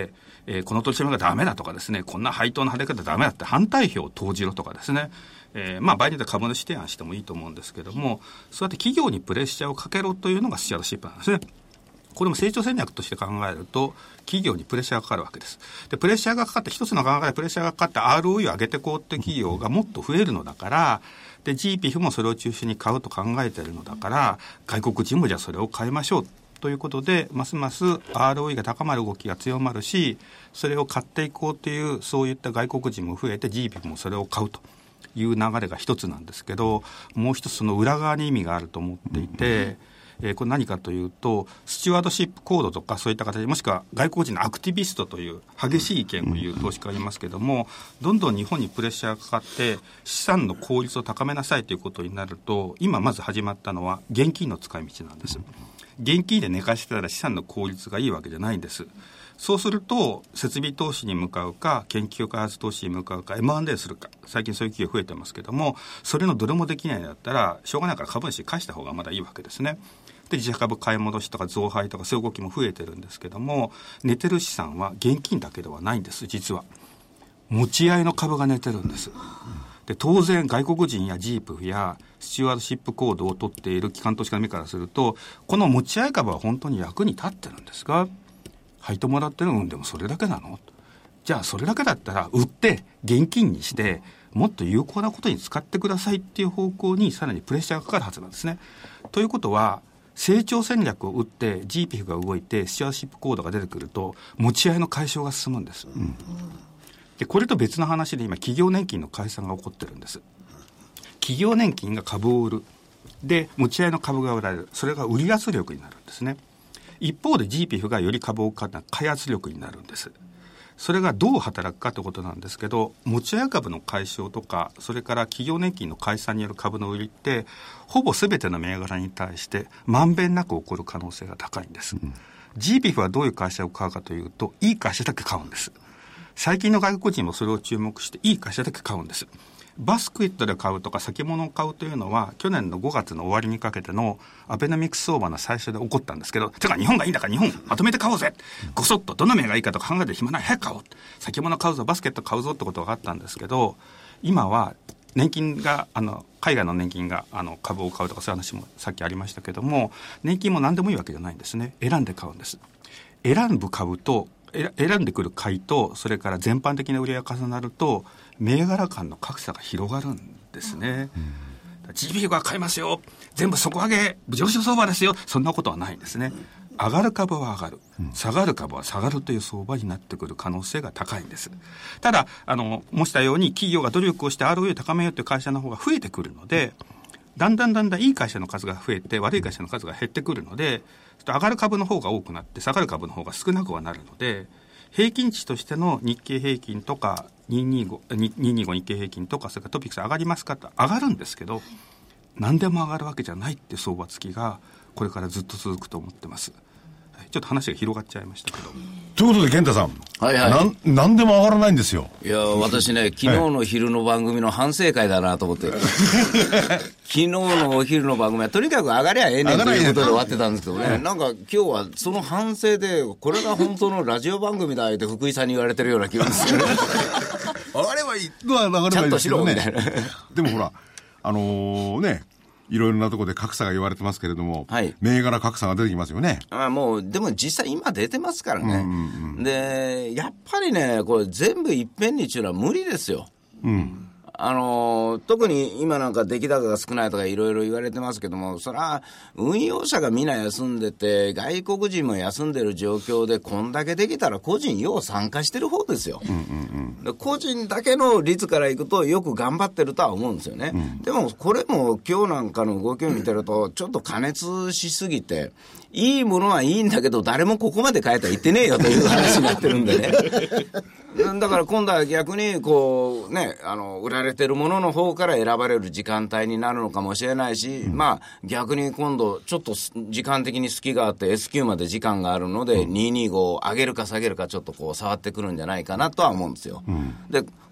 えー、この取り締まりがダメだとかですね、こんな配当の張り方ダメだって反対票を投じろとかですね、えー、まあ場合によっては株主提案してもいいと思うんですけども、そうやって企業にプレッシャーをかけろというのがスチュワードシップなんですね。これも成長戦略として考えると企業にプレッシャーがかかるわけです。でプレッシャーがかかって一つの考えでプレッシャーがかかって アールオーイー を上げていこうって企業がもっと増えるのだから、で ジーピーエフ もそれを中心に買うと考えているのだから、外国人もじゃあそれを買いましょうということで、ますます アールオーイー が高まる動きが強まるし、それを買っていこうというそういった外国人も増えて ジーピーエフ もそれを買うという流れが一つなんですけど、もう一つその裏側に意味があると思っていて、えー、これ何かというと、スチュワードシップコードとかそういった形、もしくは外国人のアクティビストという激しい意見を言う投資家がいますけども、どんどん日本にプレッシャーがかかって資産の効率を高めなさいということになると、今まず始まったのは現金の使い道なんです。現金で寝かしてたら資産の効率がいいわけじゃないんです。そうすると設備投資に向かうか研究開発投資に向かうか エムアンドエー するか、最近そういう企業増えてますけども、それのどれもできないんだったらしょうがないから株主に返した方がまだいいわけですね。で自社株買い戻しとか増配とかそういう動きも増えてるんですけども、寝てる資産は現金だけではないんです。実は持ち合いの株が寝てるんです。で当然外国人や ジーピーエフ やスチュワードシップコードを取っている機関投資家の目からすると、この持ち合い株は本当に役に立ってるんですが、配当もらってる分でもそれだけなの？じゃあそれだけだったら売って現金にしてもっと有効なことに使ってくださいっていう方向にさらにプレッシャーがかかるはずなんですね。ということは成長戦略を打って ジーピーエフ が動いてスチュワードシップコードが出てくると持ち合いの解消が進むんです、うん、でこれと別の話で今企業年金の解散が起こってるんです。企業年金が株を売る、で持ち合いの株が売られる、それが売り圧力になるんですね。一方で ジーピーエフ がより株を買うのは買い圧力になるんです。それがどう働くかということなんですけど、持ち合い株の解消とか、それから企業年金の解散による株の売りってほぼ全ての銘柄に対してまんべんなく起こる可能性が高いんです、うん、ジーピーエフ はどういう会社を買うかというと、いい会社だけ買うんです。最近の外国人もそれを注目していい会社だけ買うんです。バスクイットで買うとか先物を買うというのは去年のごがつの終わりにかけてのアベノミクス相場の最初で起こったんですけど、てか日本がいいんだから日本まとめて買おうぜ、ごそっとどの銘がいいかとか考えて暇ない、早く買おう、先物買うぞ、バスケット買うぞってことがあったんですけど、今は年金があの海外の年金があの株を買うとかそういう話もさっきありましたけども、年金も何でもいいわけじゃないんですね。選んで買うんです。選ぶ株と選んでくる買いと、それから全般的な売り上げが重なると銘柄間の格差が広がるんですね、うん、ジーピーエフ が買いますよ、全部底上げ上昇相場ですよ、そんなことはないんですね。上がる株は上がる、下がる株は下がるという相場になってくる可能性が高いんです。ただあの申したように企業が努力をして アールオーイー を高めようという会社の方が増えてくるので、だんだんだんだんいい会社の数が増えて悪い会社の数が減ってくるので、上がる株の方が多くなって下がる株の方が少なくはなるので、平均値としての日経平均とかにひゃくにじゅうご、にひゃくにじゅうご日経平均とかそれからトピックス上がりますかと上がるんですけど、何でも上がるわけじゃないっていう相場付きがこれからずっと続くと思ってます。ちょっと話が広がっちゃいましたけど。 ということで健太さん、 はいはい、 なん何でも上がらないんですよ。 いや私ね、昨日の昼の番組の反省会だなと思って、はい、昨日のお昼の番組はとにかく上がりゃええねんということで終わってたんですけどね、はい、なんか今日はその反省でこれが本当のラジオ番組だって福井さんに言われてるような気がする。 上がればいいのは上がればいいですけどね。ちゃんとしろみたいな。でもほらあのー、ねいろいろなところで格差が言われてますけれども、はい、銘柄格差が出てきますよね。 あもうでも実際今出てますからね、うんうんうん、でやっぱりねこれ全部いっぺんにっていうのは無理ですよ、うんあの特に今なんか出来高が少ないとかいろいろ言われてますけども、それは運用者がみんな休んでて外国人も休んでる状況でこんだけできたら個人よう参加してる方ですよ、うんうんうん、で個人だけの率からいくとよく頑張ってるとは思うんですよね、うん、でもこれも今日なんかの動きを見てるとちょっと加熱しすぎていいものはいいんだけど誰もここまで変えたら言ってねえよという話になってるんでねだから今度は逆にこうねあの売られてるものの方から選ばれる時間帯になるのかもしれないし、うん、まあ逆に今度ちょっと時間的に隙があって エスキュー まで時間があるので、うん、にひゃくにじゅうごを上げるか下げるかちょっとこう触ってくるんじゃないかなとは思うんですよ、うん、で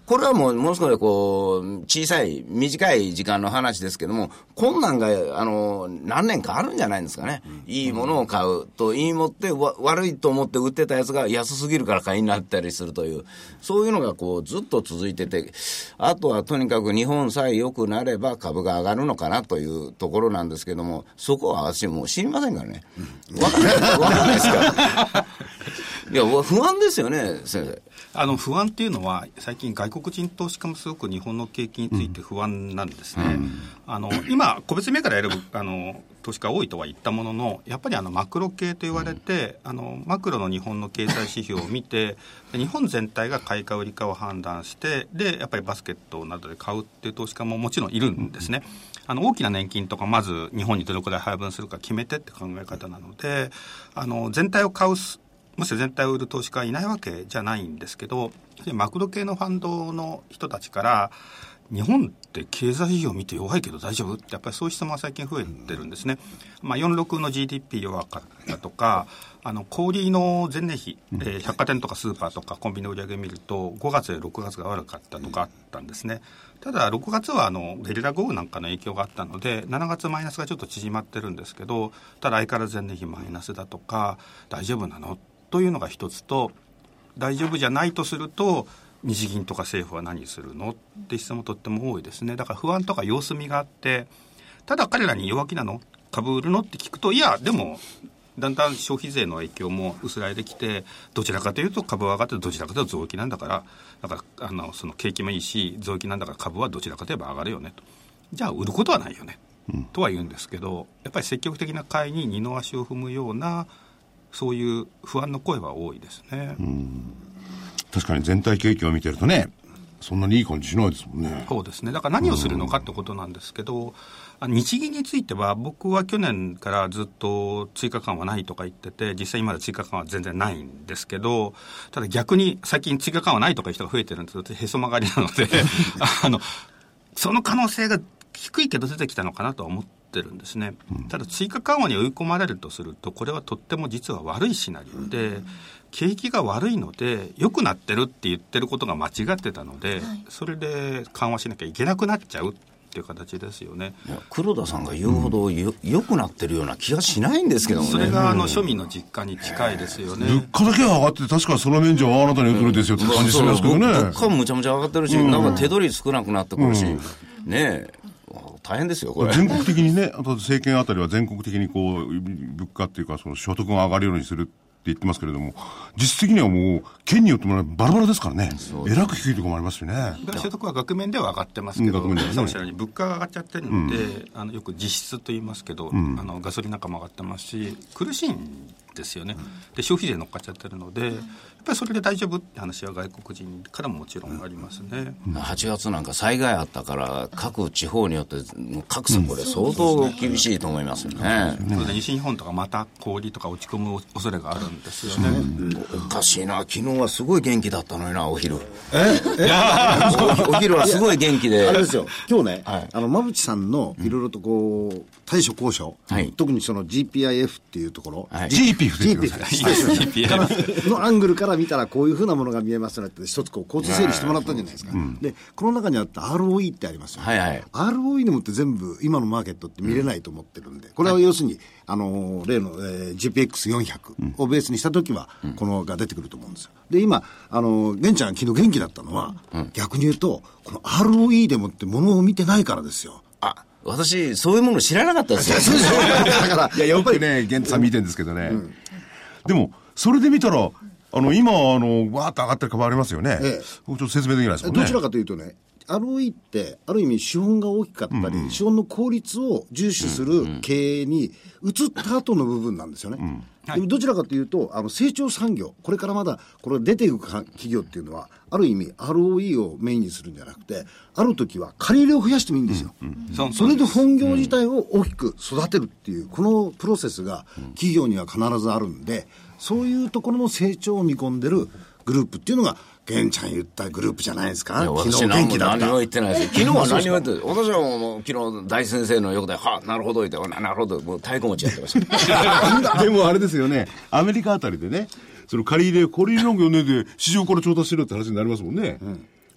これはもう、ものすごいこう、小さい、短い時間の話ですけども、困難が、あの、何年かあるんじゃないんですかね。うん、いいものを買うと言いもってわ、悪いと思って売ってたやつが安すぎるから買いになったりするという、そういうのがこう、ずっと続いてて、あとはとにかく日本さえ良くなれば株が上がるのかなというところなんですけども、そこは私もう知りませんからね。わかんない、わかんないですから。いや、不安ですよね、先生。 あの不安っていうのは最近外国人投資家もすごく日本の景気について不安なんですね、うん、あの今個別銘柄選ぶあの投資家多いとは言ったもののやっぱりあのマクロ系と言われて、うん、あのマクロの日本の経済指標を見て日本全体が買いか売りかを判断してでやっぱりバスケットなどで買うっていう投資家ももちろんいるんですね、あの大きな年金とかまず日本にどれくらい配分するか決めてって考え方なのであの全体を買うもし全体を売る投資家はいないわけじゃないんですけどマクロ系のファンドの人たちから日本って経済指標を見て弱いけど大丈夫ってやっぱりそういう質問は最近増えてるんですね、まあ、よんじゅうろくの ジーディーピー 弱かったとかあの小売の前年比、えー、百貨店とかスーパーとかコンビニの売り上げ見るとごがつよりろくがつが悪かったとかあったんですね。ただろくがつはあのゲリラ豪雨なんかの影響があったのでしちがつマイナスがちょっと縮まってるんですけどただ相変わらず前年比マイナスだとか大丈夫なのというのが一つと大丈夫じゃないとすると日銀とか政府は何するのって質問とっても多いですね。だから不安とか様子見があってただ彼らに弱気なの株売るのって聞くといやでもだんだん消費税の影響も薄らいできてどちらかというと株は上がってどちらかというと増益なんだからだからあのその景気もいいし増益なんだから株はどちらかといえば上がるよねとじゃあ売ることはないよね、うん、とは言うんですけどやっぱり積極的な買いに二の足を踏むようなそういう不安の声は多いですね。うん確かに全体景気を見てるとねそんなにいい感じしないですもんね。 そうですね。だから何をするのかってことなんですけど、うん、日銀については僕は去年からずっと追加緩和ないとか言ってて実際今まで追加緩和全然ないんですけどただ逆に最近追加緩和ないとかいう人が増えてるんですけどへそ曲がりなのであのその可能性が低いけど出てきたのかなとは思ってるんですね、うん、ただ追加緩和に追い込まれるとするとこれはとっても実は悪いシナリオで、うん景気が悪いので良くなってるって言ってることが間違ってたので、はい、それで緩和しなきゃいけなくなっちゃうっていう形ですよね。 いや黒田さんが言うほどよ、うん、良くなってるような気がしないんですけどもね。 それがあの庶民の実感に近いですよね。 物価だけは上がって確かにその面じゃあなたの言うとおりですよって感じしますけどね、うん、 物価もむちゃむちゃ上がってるし、うん、なんか手取り少なくなってくるし、うん、ねえ大変ですよこれ。 全国的にねあと政権あたりは全国的にこう物価っていうかその所得が上がるようにするって言ってますけれども実質的にはもう県によってもバラバラですからね。えらく低いところもありますよね。 所得は額面では上がってますけど、うんね、おっしゃるように物価が上がっちゃってるので、うん、あのよく実質と言いますけど、うん、あのガソリンなんかも上がってますし苦しいんですよね。で消費税乗っかっちゃってるのでやっぱりそれで大丈夫って話は外国人からももちろんありますね、 うん、はちがつなんか災害あったから各地方によって格差これ相当厳しいと思いますよね、 うん、それで西日本とかまた氷とか落ち込む恐れがあるんですよね、 うん、おかしいな昨日はすごい元気だったのになお昼ええお, お昼はすごい元気であれですよ今日ね、はい、あの馬淵さんのいろいろとこう対処交渉、はい、特にその ジーピーアイエフ っていうところ、 はい、ジーピーエフジーピーエフ のアングルから見たらこういうふうなものが見えますねって一つこう交通整理してもらったんじゃないですか、うん、でこの中にあった アールオーイー ってありますよね、はいはい、アールオーイー でもって全部今のマーケットって見れないと思ってるんでこれは要するに、あの例の、えー、ジーピーエックスよんひゃく をベースにしたときはこのが出てくると思うんですよ。で今あの玄ちゃんが昨日元気だったのは、うん、逆に言うとこの アールオーイー でもってものを見てないからですよ。 あ私そういうもの知らなかったですよそうですよだからいやよくね玄さん見てるんですけどね、うん、でもそれで見たらあの今あのわーっと上がってる株ありますよね、ええ、ちょっと説明できないですもんね。 どちらかというとねアールオーイー ってある意味資本が大きかったり、うんうん、資本の効率を重視する経営に移った後の部分なんですよね、うんはい、でどちらかというとあの成長産業これからまだこれ出ていく企業っていうのはある意味 アールオーイー をメインにするんじゃなくてある時は借り入れを増やしてもいいんですよ、うんうん、それで本業自体を大きく育てるっていうこのプロセスが企業には必ずあるんでそういうところの成長を見込んでるグループっていうのが玄ちゃん言ったグループじゃないですか。 昨日元気だった。何も言ってないですよ。昨日は何も言ってない。私はもう昨日大先生の横ではなるほど言ってなるほどもう太鼓持ちやってましたでもあれですよねアメリカあたりでねその借り入れ借り入れの業年で市場から調達してるって話になりますもんね、うん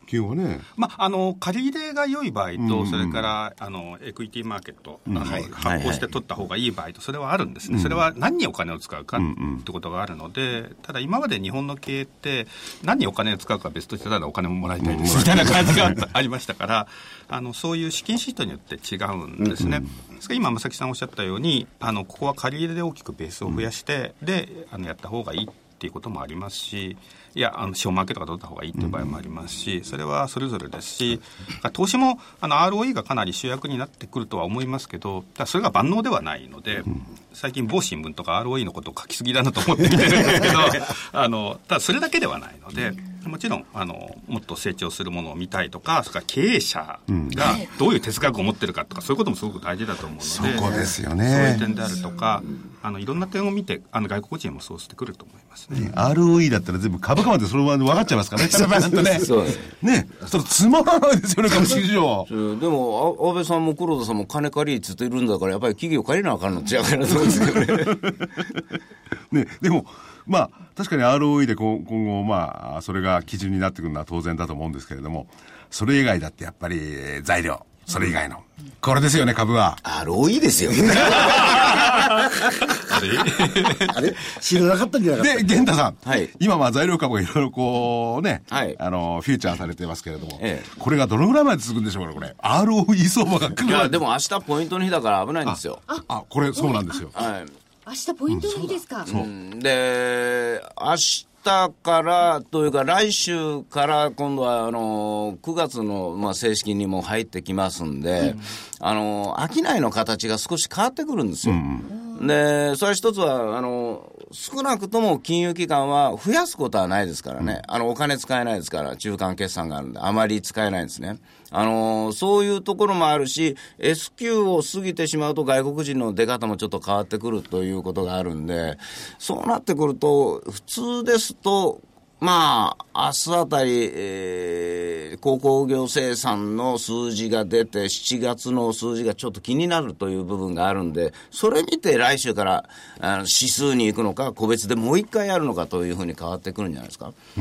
基本はね、 まあ、あの借り入れが良い場合と、うんうん、それからあのエクイティマーケット、うん、あのはい、発行して取った方がいい場合と、それはあるんですね、うん、それは何にお金を使うかってことがあるので、うんうん、ただ今まで日本の経営って何にお金を使うかは別として、ただお金ももらいたいですみたいな感じがありましたからあのそういう資金シートによって違うんですね、うんうん、ですから今正木さんおっしゃったように、あのここは借り入れで大きくベースを増やして、うん、であのやった方がいいっていうこともありますし、いやあの資本マーケットが取った方がいいという場合もありますし、それはそれぞれですし、投資もあの アールオーイー がかなり主役になってくるとは思いますけど、ただそれが万能ではないので、最近某新聞とか アールオーイー のことを書きすぎだなと思ってきてるんですけどあのただそれだけではないので、もちろんあのもっと成長するものを見たいとか、それから経営者がどういう哲学を持ってるかとか、そういうこともすごく大事だと思うので、そこですよね。 そういう点であるとか、あのいろんな点を見て、あの外国人もそうしてくると思いますね。 アールオーイー だったら全部株価までそのまま分かっちゃいますからね。ね。そうね。それつまらないですよね、株式市場。 でも安倍さんも黒田さんも金借りつってるんだから、やっぱり企業借りなあかんの違うかなと思うんですけどね。 ね、でもまあ確かに アールオーイー で今後まあそれが基準になってくるのは当然だと思うんですけれども、それ以外だってやっぱり材料、それ以外の、うん、これですよね、株はアールオーイー ですよあれあれ知らなかったんじゃなかったで、源太さん、 はい、 今まあ材料株がいろいろこうね、 はい、 あのフューチャーされてますけれども、 ええ、 これがどのぐらいまで続くんでしょうか、これ アールオーイー 相場が来るまで。 いやでも明日ポイントの日だから危ないんですよ。 ああ、これそうなんですよ。 はい、 明日ポイントの日ですか。 うん、そう、うん、で明日からというか来週から今度はあのくがつの、まあ、正式にも入ってきますんで、うん、あの商いの形が少し変わってくるんですよ、うん、でそれ一つはあの少なくとも金融機関は増やすことはないですからね、うん、あのお金使えないですから、中間決算があるんであまり使えないんですね。あのそういうところもあるし、 エスキュー を過ぎてしまうと外国人の出方もちょっと変わってくるということがあるんで、そうなってくると普通ですとまあ明日あたり、えー、鉱工業生産の数字が出てしちがつの数字がちょっと気になるという部分があるんで、それ見て来週からあの指数に行くのか個別でもう一回やるのかというふうに変わってくるんじゃないですか。 うん、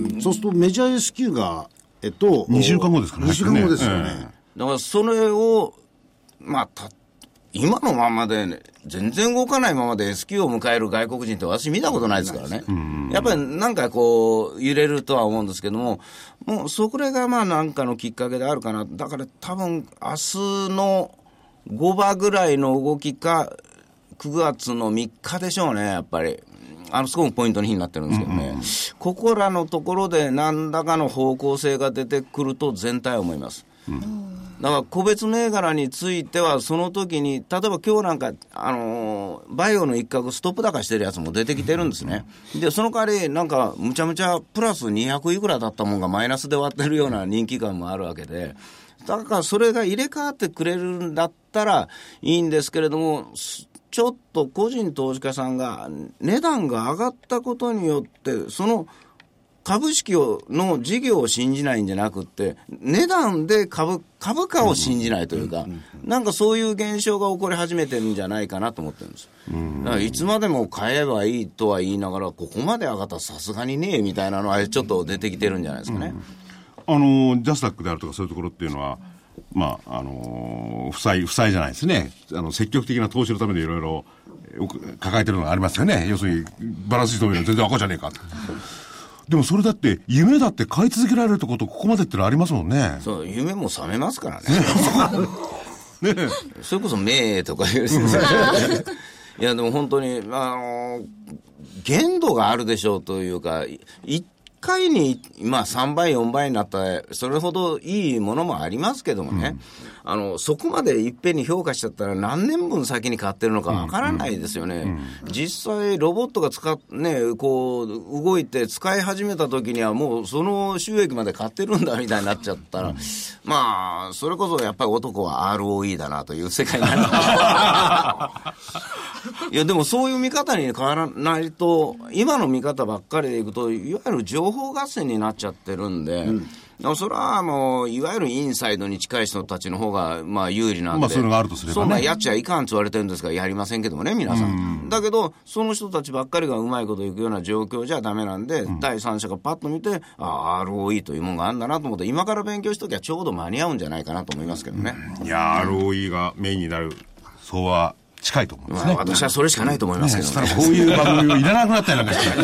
うん、そうするとメジャー エスキュー がえっと、 にしゅうかんごですからね。 にしゅうかんごですよね。 えー、だからそれを、まあ、た今のままで、ね、全然動かないままで エスキュー を迎える外国人って私見たことないですからね。やっぱりなんかこう揺れるとは思うんですけども、もうそれがまあなんかのきっかけであるかな。だから多分明日のごばぐらいの動きかくがつのみっかでしょうね、やっぱり。あのすごくポイントの日になってるんですけどね、うんうん、ここらのところで何らかの方向性が出てくると全体は思います、うん、だから個別銘柄についてはその時に、例えば今日なんか、あのー、バイオの一角ストップ高してるやつも出てきてるんですね。でその代わりなんかむちゃむちゃプラスにひゃくいくらだったもんがマイナスで割ってるような人気感もあるわけで、だからそれが入れ替わってくれるんだったらいいんですけれども、ちょっと個人投資家さんが値段が上がったことによってその株式をの事業を信じないんじゃなくって値段で 株, 株価を信じないというか、なんかそういう現象が起こり始めてるんじゃないかなと思ってるんです。だからいつまでも買えばいいとは言いながらここまで上がったらさすがにねえみたいなのはちょっと出てきてるんじゃないですかね、 うん、あのジャスダックであるとかそういうところっていうのはまああのー、負債負債じゃないですね、あの積極的な投資のためにいろいろ抱えてるのがありますよね。要するにバランスシート見るの全然赤じゃねえかでもそれだって夢だって買い続けられるってことここまでってのありますもんね。 そう夢も覚めますからねねそれこそめーとか言ういやでも本当にあの限度があるでしょうというか、いいっかいに、まあ、さんばいよんばいになったらそれほどいいものもありますけどもね、うん、あのそこまでいっぺんに評価しちゃったら何年分先に買ってるのかわからないですよね、うんうん、実際ロボットが使っ、ね、こう動いて使い始めた時にはもうその収益まで買ってるんだみたいになっちゃったら、うん、まあそれこそやっぱり男は アールオーイー だなという世界になるいやでもそういう見方に変わらないと今の見方ばっかりでいくといわゆる情報合戦になっちゃってるんで、うん、 それはもういわゆるインサイドに近い人たちの方がまあ有利なんで、 まあそういうのがあるとすればね、 そんなやっちゃいかんって言われてるんですからやりませんけどもね皆さん、うん、だけどその人たちばっかりがうまいこといくような状況じゃダメなんで、うん、第三者がパッと見てああ アールオーイー というものがあるんだなと思って今から勉強しときゃちょうど間に合うんじゃないかなと思いますけどね、 うん、いや アールオーイー がメインになるそうは近いと思うんですね、 まあ、私はそれしかないと思いますけどね、 ね、こういう番組をいらなくなったりなんかして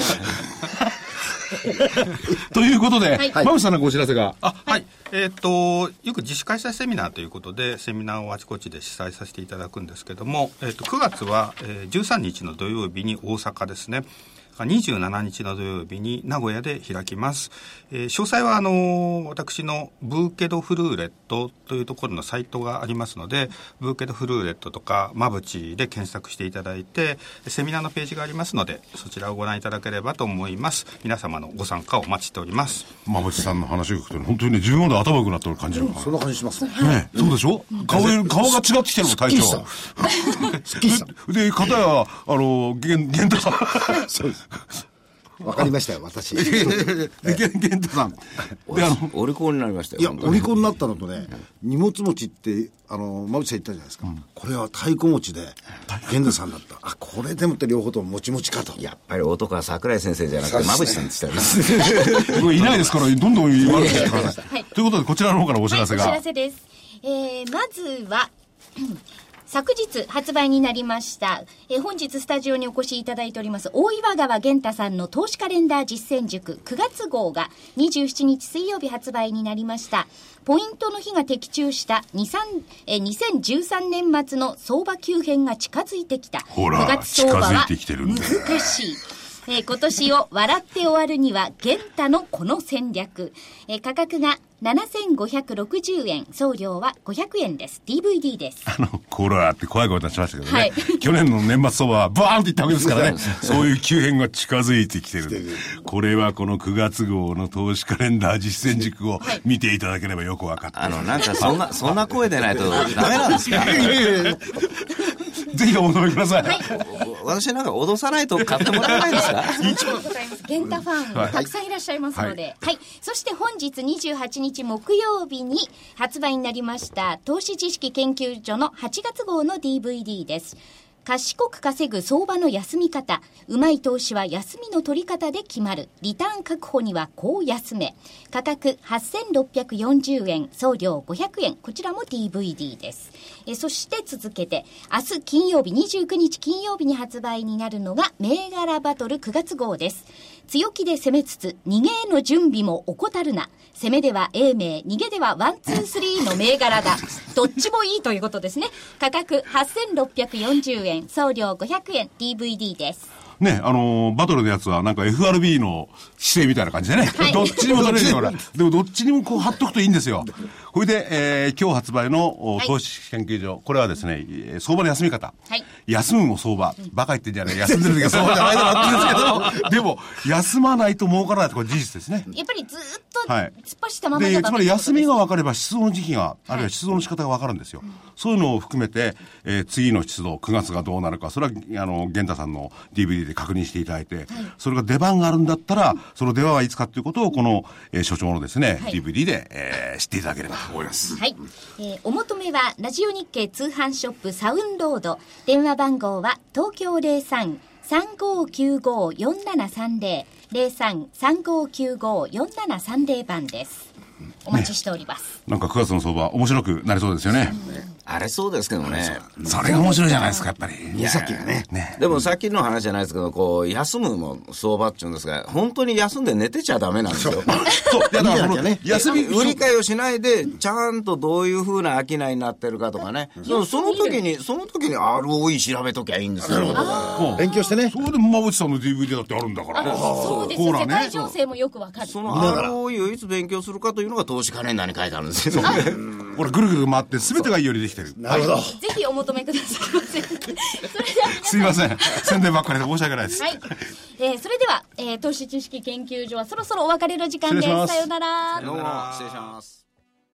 ということで、はい、馬渕さんのお知らせが。 あ、はい。えっと、よく自主開催セミナーということで、セミナーをあちこちで主催させていただくんですけども、えっと、くがつは、えー、じゅうさんにちの土曜日に大阪ですね。にじゅうしちにちの土曜日に名古屋で開きます。えー、詳細はあのー、私のブーケドフルーレットというところのサイトがありますので、ブーケドフルーレットとか馬淵で検索していただいて、セミナーのページがありますので、そちらをご覧いただければと思います。皆様のご参加をお待ちしております。 馬淵さんの話を聞くと本当にね、自分まで頭良くなった感じる、うん、 そんな感じしますね。 ね、そうでしょ、うん、顔, 顔が違ってきてるの体調。 すっきりした。 で、で片やあの源太さん。 そうです。わかりましたよ、私。で、 源太さん。 で、あの、お利口になりましたよ。 いや、お利口になったのとね、荷物持ちって、あの、馬淵さん言ったじゃないですか。うん、これは太鼓持ちで、源太さんだった。あ、これでもって両方とももちもちかと。 やっぱり男は桜井先生じゃなくて、馬淵さんって言ったら。いないですから、どんどん言われてください。ということで、こちらの方からお知らせが。 はい、お知らせです。えー、まずは、昨日発売になりました、えー、本日スタジオにお越しいただいております大岩川源太さんの投資カレンダー実践塾くがつ号がにじゅうしちにち水曜日発売になりました。ポイントの日が的中したにせんじゅうさんねん末の相場急変が近づいてきた。 ほら、 くがつ相場は近づいてきてるんだ。 難しい。えー、今年を笑って終わるには源太のこの戦略、えー、価格がななせんごひゃくろくじゅうえん、送料はごひゃくえんです。 ディーブイディー です。 あのコロナって怖い声出しましたけどね、はい、去年の年末相場はバーンっていったわけですからねそういう急変が近づいてきてる。これはこのくがつ号の投資カレンダー実践塾を見ていただければよく分かって、 あのなんかそんなそんな声でないとダメなんですかぜひお求めください、はい、 私なんか脅さないと買ってもらえないんですか。 ありがとうございます。源太ファン、はい、たくさんいらっしゃいますので、はいはい、そして本日にじゅうはちにち木曜日に発売になりました投資知識研究所のはちがつ号の ディーブイディー です。賢く稼ぐ相場の休み方、うまい投資は休みの取り方で決まる、リターン確保にはこう休め、価格はっせんろっぴゃくよんじゅうえん、送料ごひゃくえん、こちらも ディーブイディー です。えそして続けて明日金曜日にじゅうくにち金曜日に発売になるのが銘柄バトルくがつ号です。強気で攻めつつ逃げへの準備も怠るな、攻めでは英明、逃げではワンツースリーの銘柄だどっちもいいということですね。価格はっせんろっぴゃくよんじゅうえん、送料ごひゃくえん、 ディーブイディー です。 ね、あのー、バトルのやつはなんか エフアールビー の姿勢みたいな感じでね、はい、どっちにも取れるからでもどっちにもこう貼っとくといいんですよ。これで、えー、今日発売の投資研究所、これはですね、相場の休み方、はい、休むも相場、バカ言ってんじゃない、休んでる時は相場じゃないだろって言うんですけどでも休まないと儲からないってこれ事実ですね。 やっぱりずっと突っ走ったままじゃダメ、 はい、でつまり休みが分かれば出動の時期が、あるいは出動の仕方が分かるんですよ、はい、そういうのを含めて、えー、次の出動くがつがどうなるか、それはあの源太さんの ディーブイディー で確認していただいて、はい、それが出番があるんだったら、その出番はいつかということをこの、えー、所長のですね、はい、ディーブイディー で、えー、知っていただければと思います。 はい、えー、お求めはラジオ日経通販ショップサウンロード、電話番号は東京 ゼロさん さんごきゅうご よんななさんゼロ ゼロさん さんごきゅうご よんななさんゼロ番です。お待ちしております、 ね、なんかくがつの相場面白くなりそうですよね。 あれそうですけどね、 それが面白いじゃないですか、やっぱり目先がね。 ね、でもさっきの話じゃないですけど、こう休むも相場っていうんですが、本当に休んで寝てちゃダメなんですよ。そういやだからこの休み売り買いをしないでちゃんとどういう風な商いになってるかとかね、そ, その時にその時に アールオーイー 調べときゃいいんですよ。 勉強してね。 それで馬淵さんの ディーブイディー だってあるんだから。 そうです、ね、世界情勢もよくわかる。 その アールオーイー をいつ勉強するかというのが投資カレンダーに書いてあるんですよ。 ほらぐるぐる回って全てがいいようにできてる。 なるほど。 ぜひお求めくださいませ。それではすいません、宣伝ばっかりで申し訳ないです。 はい、えー、それでは、えー、投資知識研究所はそろそろお別れの時間です。さようなら。 さようなら。失礼します。